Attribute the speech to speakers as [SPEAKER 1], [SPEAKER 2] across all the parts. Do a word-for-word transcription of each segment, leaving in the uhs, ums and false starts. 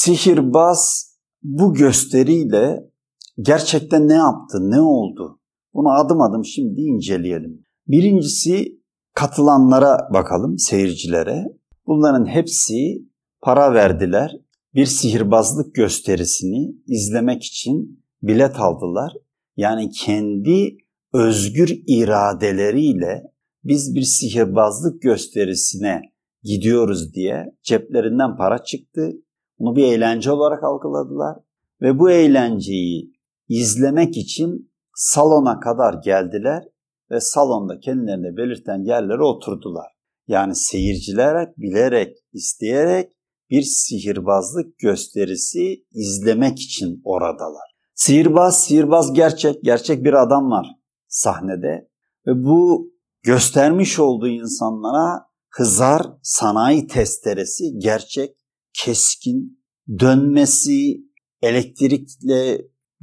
[SPEAKER 1] Sihirbaz bu gösteriyle gerçekten ne yaptı, ne oldu? Bunu adım adım şimdi inceleyelim. Birincisi katılanlara bakalım, seyircilere. Bunların hepsi para verdiler. Bir sihirbazlık gösterisini izlemek için bilet aldılar. Yani kendi özgür iradeleriyle biz bir sihirbazlık gösterisine gidiyoruz diye ceplerinden para çıktı. Bunu bir eğlence olarak algıladılar ve bu eğlenceyi izlemek için salona kadar geldiler ve salonda kendilerine belirten yerlere oturdular. Yani seyirciler bilerek, isteyerek bir sihirbazlık gösterisi izlemek için oradalar. Sihirbaz, sihirbaz gerçek, gerçek bir adam var sahnede ve bu göstermiş olduğu insanlara hızar sanayi testeresi gerçek, keskin, dönmesi, elektrikle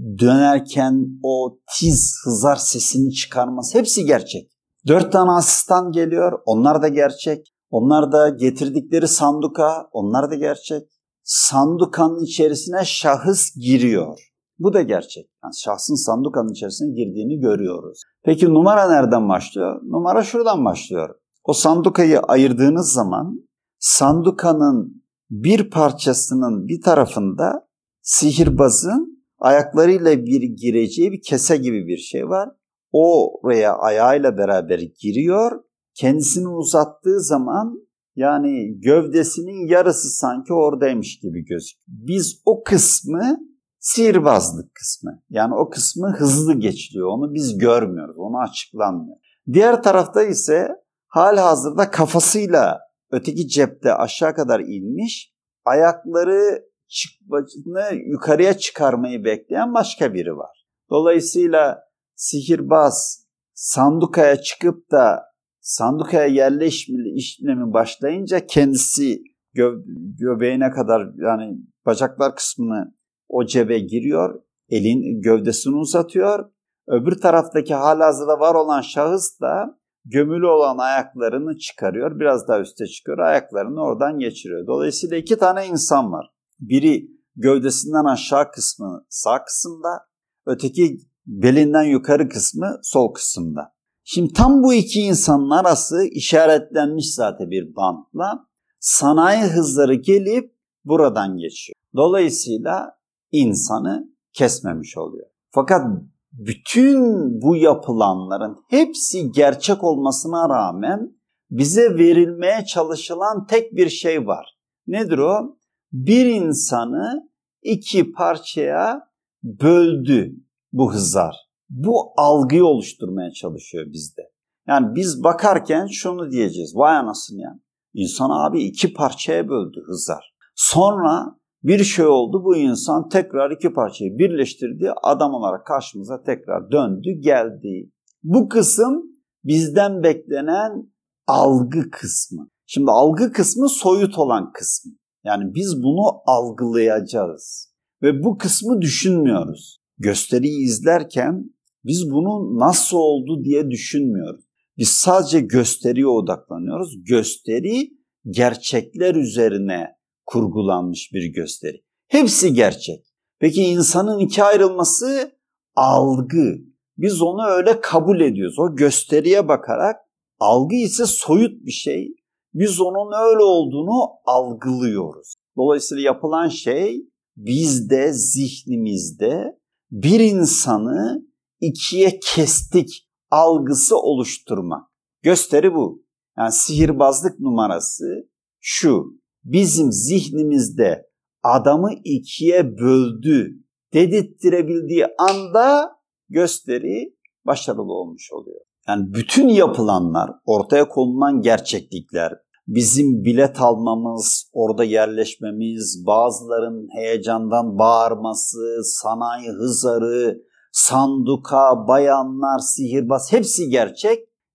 [SPEAKER 1] dönerken o tiz hızar sesini çıkarması hepsi gerçek. Dört tane asistan geliyor, onlar da gerçek. Onlar da getirdikleri sanduka, onlar da gerçek. Sandukanın içerisine şahıs giriyor. Bu da gerçek. Yani şahsın sandukanın içerisine girdiğini görüyoruz. Peki numara nereden başlıyor? Numara şuradan başlıyor. O sandukayı ayırdığınız zaman sandukanın bir parçasının bir tarafında sihirbazın ayaklarıyla bir gireceği bir kese gibi bir şey var. O oraya ayağıyla beraber giriyor. Kendisini uzattığı zaman yani gövdesinin yarısı sanki oradaymış gibi gözüküyor. Biz o kısmı sihirbazlık kısmı. Yani o kısmı hızlı geçiliyor. Onu biz görmüyoruz. Onu açıklanmıyor. Diğer tarafta ise halihazırda kafasıyla öteki cepte aşağı kadar inmiş, ayakları çıkmasını yukarıya çıkarmayı bekleyen başka biri var. Dolayısıyla sihirbaz sandukaya çıkıp da sandukaya yerleşme işlemi başlayınca kendisi gö- göbeğine kadar yani bacaklar kısmını o cebe giriyor, elin gövdesini uzatıyor. Öbür taraftaki halihazırda var olan şahıs da gömülü olan ayaklarını çıkarıyor, biraz daha üste çıkıyor, ayaklarını oradan geçiriyor. Dolayısıyla iki tane insan var. Biri gövdesinden aşağı kısmı sağ kısımda, öteki belinden yukarı kısmı sol kısımda. Şimdi tam bu iki insanın arası işaretlenmiş zaten bir bantla. Sanayi hızları gelip buradan geçiyor. Dolayısıyla insanı kesmemiş oluyor. Fakat bütün bu yapılanların hepsi gerçek olmasına rağmen bize verilmeye çalışılan tek bir şey var. Nedir o? Bir insanı iki parçaya böldü bu hızar. Bu algıyı oluşturmaya çalışıyor bizde. Yani biz bakarken şunu diyeceğiz. Vay anasını ya. İnsan abi iki parçaya böldü hızar. Sonra bir şey oldu, bu insan tekrar iki parçayı birleştirdi, adam olarak karşımıza tekrar döndü, geldi. Bu kısım bizden beklenen algı kısmı. Şimdi algı kısmı soyut olan kısmı. Yani biz bunu algılayacağız ve bu kısmı düşünmüyoruz. Gösteriyi izlerken biz bunu nasıl oldu diye düşünmüyoruz. Biz sadece gösteriye odaklanıyoruz. Gösteri gerçekler üzerine kurgulanmış bir gösteri. Hepsi gerçek. Peki insanın ikiye ayrılması algı. Biz onu öyle kabul ediyoruz. O gösteriye bakarak, algı ise soyut bir şey. Biz onun öyle olduğunu algılıyoruz. Dolayısıyla yapılan şey bizde, zihnimizde bir insanı ikiye kestik algısı oluşturmak. Gösteri bu. Yani sihirbazlık numarası şu. Bizim zihnimizde adamı ikiye böldü dedirttirebildiği anda gösteri başarılı olmuş oluyor. Yani bütün yapılanlar, ortaya konulan gerçeklikler, bizim bilet almamız, orada yerleşmemiz, bazıların heyecandan bağırması, sanayi hızarı, sanduka, bayanlar, sihirbaz hepsi gerçek.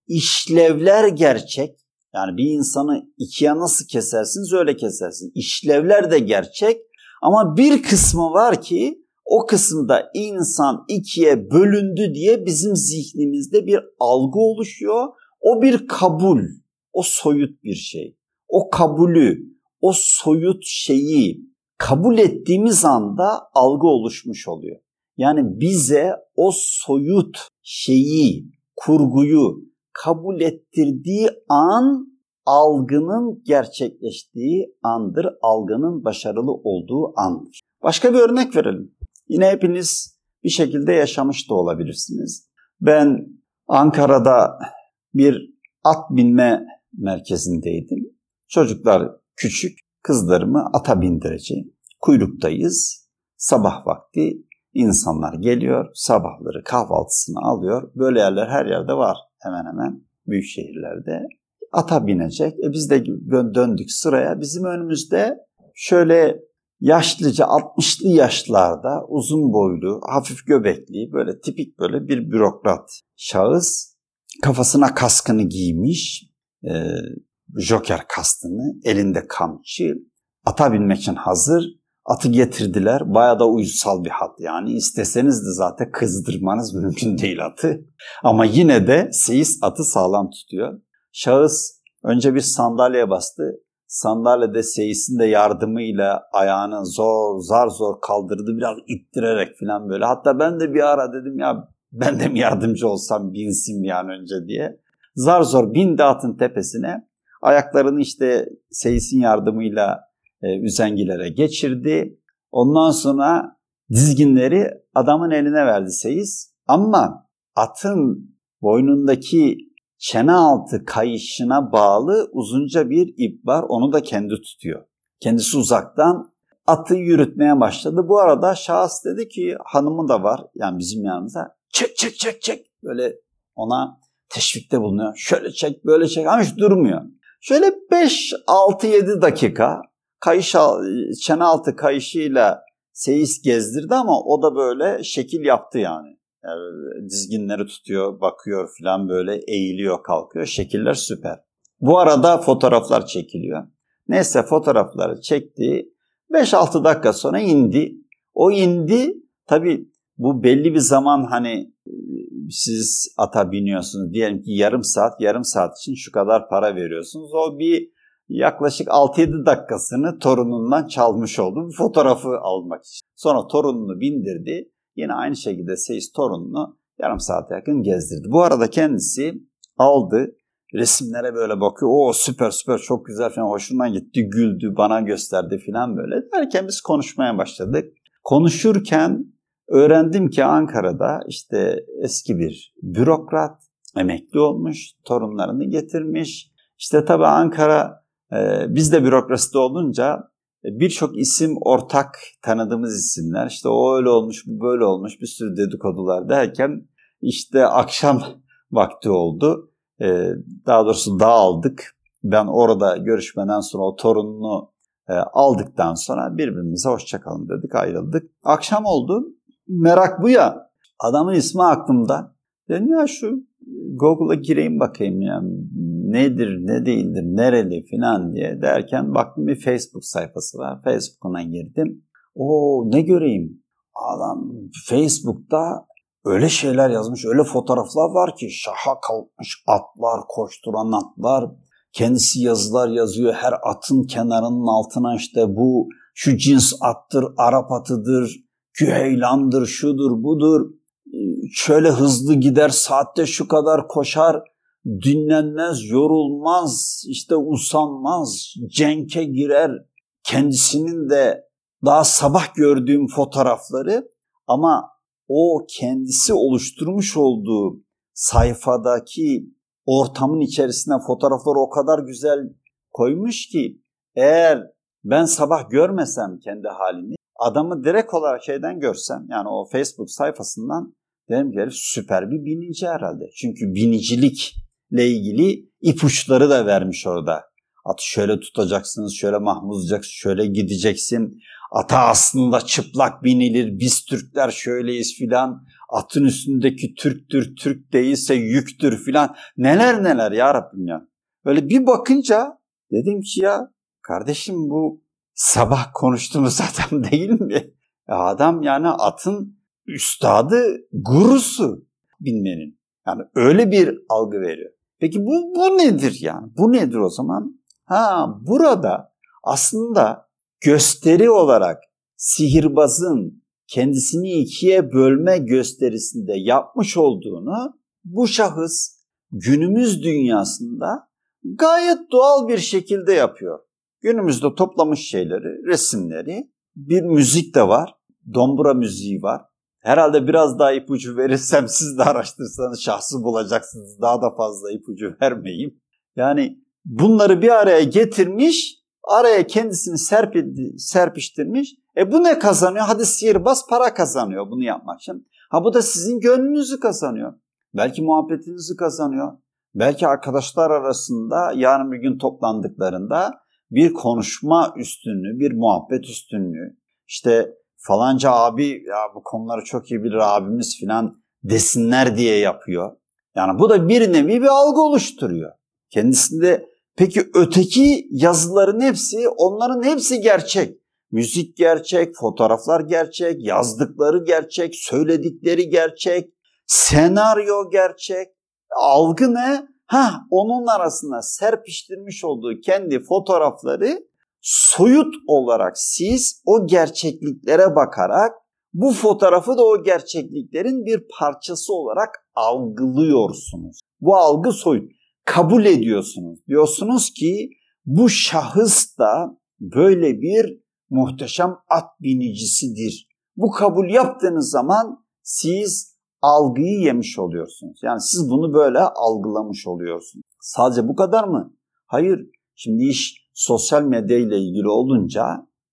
[SPEAKER 1] İşlevler gerçek. Yani bir insanı ikiye nasıl kesersiniz öyle kesersiniz. İşlevler de gerçek ama bir kısmı var ki o kısımda insan ikiye bölündü diye bizim zihnimizde bir algı oluşuyor. O bir kabul, o soyut bir şey. O kabulü, o soyut şeyi kabul ettiğimiz anda algı oluşmuş oluyor. Yani bize o soyut şeyi, kurguyu kabul ettirdiği an algının gerçekleştiği andır, algının başarılı olduğu andır. Başka bir örnek verelim. Yine hepiniz bir şekilde yaşamış da olabilirsiniz. Ben Ankara'da bir at binme merkezindeydim. Çocuklar küçük, kızlarımı ata bindireceğim. Kuyruktayız. Sabah vakti insanlar geliyor, sabahları kahvaltısını alıyor. Böyle yerler her yerde var hemen hemen büyük şehirlerde. Ata binecek. E biz de döndük sıraya. Bizim önümüzde şöyle yaşlıca altmışlı yaşlarda uzun boylu, hafif göbekli böyle tipik böyle bir bürokrat şahıs. Kafasına kaskını giymiş, e, joker kastını, elinde kamçı. Ata binmek için hazır. Atı getirdiler. Bayağı da uysal bir at yani. İsteseniz de zaten kızdırmanız mümkün değil atı. Ama yine de seyis atı sağlam tutuyor. Şahıs önce bir sandalyeye bastı. Sandalyede seyisin de yardımıyla ayağını zor zar zor kaldırdı. Biraz ittirerek falan böyle. Hatta ben de bir ara dedim ya ben de mi yardımcı olsam binsin bir an önce diye. Zar zor bindi atın tepesine. Ayaklarını işte seyisin yardımıyla e, üzengilere geçirdi. Ondan sonra dizginleri adamın eline verdi seyis. Ama atın boynundaki çene altı kayışına bağlı uzunca bir ip var. Onu da kendi tutuyor. Kendisi uzaktan atı yürütmeye başladı. Bu arada şahıs dedi ki hanımı da var. Yani bizim yanımıza. Çek çek çek çek. Böyle ona teşvikte bulunuyor. Şöyle çek böyle çek ama hiç durmuyor. Şöyle beş altı yedi dakika kayış, çene altı kayışıyla seyis gezdirdi ama o da böyle şekil yaptı yani. Yani dizginleri tutuyor, bakıyor falan böyle eğiliyor, kalkıyor. Şekiller süper. Bu arada fotoğraflar çekiliyor. Neyse fotoğrafları çekti. beş altı dakika sonra indi. O indi. Tabii bu belli bir zaman hani siz ata biniyorsunuz. Diyelim ki yarım saat, yarım saat için şu kadar para veriyorsunuz. O bir yaklaşık altı yedi dakikasını torunundan çalmış oldu. Bu fotoğrafı almak için. Sonra torununu bindirdi. Yine aynı şekilde seyis torununu yarım saate yakın gezdirdi. Bu arada kendisi aldı, resimlere böyle bakıyor. O süper süper çok güzel falan hoşuna gitti, güldü, bana gösterdi falan böyle. Derken biz konuşmaya başladık. Konuşurken öğrendim ki Ankara'da işte eski bir bürokrat, emekli olmuş, torunlarını getirmiş. İşte tabii Ankara e, biz de bürokraside olunca birçok isim ortak tanıdığımız isimler. İşte o öyle olmuş, bu böyle olmuş, bir sürü dedikodular derken işte akşam vakti oldu. Ee, daha doğrusu dağıldık. Ben orada görüşmeden sonra o torununu e, aldıktan sonra birbirimize hoşça kalın dedik, ayrıldık. Akşam oldu. Merak bu ya. Adamın ismi aklımda. Dedim ya şu Google'a gireyim bakayım ya. Nedir, ne değildir, nereli falan diye derken baktım bir Facebook sayfası var. Facebook'una girdim. Oo ne göreyim? Adam Facebook'ta öyle şeyler yazmış, öyle fotoğraflar var ki şaha kalkmış atlar, koşturan atlar. Kendisi yazılar yazıyor. Her atın kenarının altına işte bu şu cins attır, Arap atıdır, küheylandır, şudur, budur. Şöyle hızlı gider, saatte şu kadar koşar. Dinlenmez, yorulmaz, işte usanmaz, cenke girer. Kendisinin de daha sabah gördüğüm fotoğrafları ama o kendisi oluşturmuş olduğu sayfadaki ortamın içerisine fotoğrafları o kadar güzel koymuş ki eğer ben sabah görmesem kendi halini adamı direkt olarak şeyden görsem yani o Facebook sayfasından derim ki süper bir binici herhalde. Çünkü binicilik ile ilgili ipuçları da vermiş orada. Atı şöyle tutacaksınız, şöyle mahmuzlayacaksın, şöyle gideceksin. Ata aslında çıplak binilir, biz Türkler şöyleyiz filan. Atın üstündeki Türktür, Türk değilse yüktür filan. Neler neler ya Rabbim ya. Böyle bir bakınca dedim ki ya kardeşim bu sabah konuştuğumuz adam değil mi? Ya adam yani atın üstadı, gurusu binmenin. Yani öyle bir algı veriyor. Peki bu, bu nedir yani? Bu nedir o zaman? Ha burada aslında gösteri olarak sihirbazın kendisini ikiye bölme gösterisinde yapmış olduğunu bu şahıs günümüz dünyasında gayet doğal bir şekilde yapıyor. Günümüzde toplamış şeyleri, resimleri, bir müzik de var, dombra müziği var. Herhalde biraz daha ipucu verirsem siz de araştırsanız şahsı bulacaksınız. Daha da fazla ipucu vermeyeyim. Yani bunları bir araya getirmiş, araya kendisini serpildi, serpiştirmiş. E bu ne kazanıyor? Hadi sihirbaz para kazanıyor bunu yapmak için. Ha bu da sizin gönlünüzü kazanıyor. Belki muhabbetinizi kazanıyor. Belki arkadaşlar arasında yarın bir gün toplandıklarında bir konuşma üstünlüğü, bir muhabbet üstünlüğü. İşte falanca abi ya bu konuları çok iyi bilir abimiz filan desinler diye yapıyor. Yani bu da bir nevi bir algı oluşturuyor. Kendisinde peki öteki yazıların hepsi, onların hepsi gerçek. Müzik gerçek, fotoğraflar gerçek, yazdıkları gerçek, söyledikleri gerçek, senaryo gerçek. Algı ne? Ha, onun arasına serpiştirmiş olduğu kendi fotoğrafları soyut olarak siz o gerçekliklere bakarak bu fotoğrafı da o gerçekliklerin bir parçası olarak algılıyorsunuz. Bu algı soyut. Kabul ediyorsunuz. Diyorsunuz ki bu şahıs da böyle bir muhteşem at binicisidir. Bu kabul yaptığınız zaman siz algıyı yemiş oluyorsunuz. Yani siz bunu böyle algılamış oluyorsunuz. Sadece bu kadar mı? Hayır. Şimdi iş sosyal medya ile ilgili olunca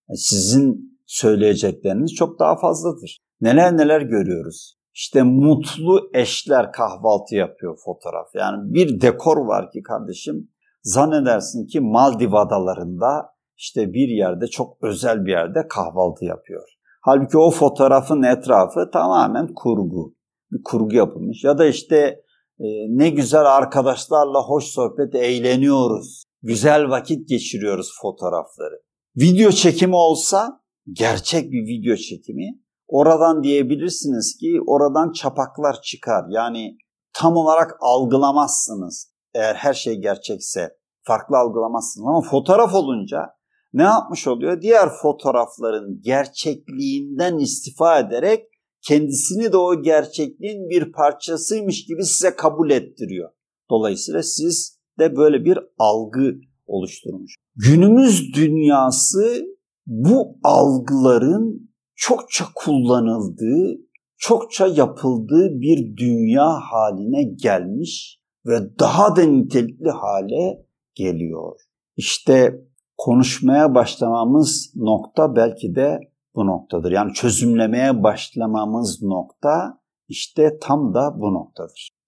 [SPEAKER 1] sizin söyleyecekleriniz çok daha fazladır. Neler neler görüyoruz. İşte mutlu eşler kahvaltı yapıyor fotoğraf. Yani bir dekor var ki kardeşim, zannedersin ki Maldiv adalarında işte bir yerde, çok özel bir yerde kahvaltı yapıyor. Halbuki o fotoğrafın etrafı tamamen kurgu. Bir kurgu yapılmış. Ya da işte e, ne güzel arkadaşlarla hoş sohbet eğleniyoruz. Güzel vakit geçiriyoruz fotoğrafları. Video çekimi olsa gerçek bir video çekimi. Oradan diyebilirsiniz ki oradan çapaklar çıkar. Yani tam olarak algılamazsınız. Eğer her şey gerçekse farklı algılamazsınız. Ama fotoğraf olunca ne yapmış oluyor? Diğer fotoğrafların gerçekliğinden istifa ederek kendisini de o gerçekliğin bir parçasıymış gibi size kabul ettiriyor. Dolayısıyla siz de böyle bir algı oluşturmuş. Günümüz dünyası bu algıların çokça kullanıldığı, çokça yapıldığı bir dünya haline gelmiş ve daha da nitelikli hale geliyor. İşte konuşmaya başlamamız nokta belki de bu noktadır. Yani çözümlemeye başlamamız nokta işte tam da bu noktadır.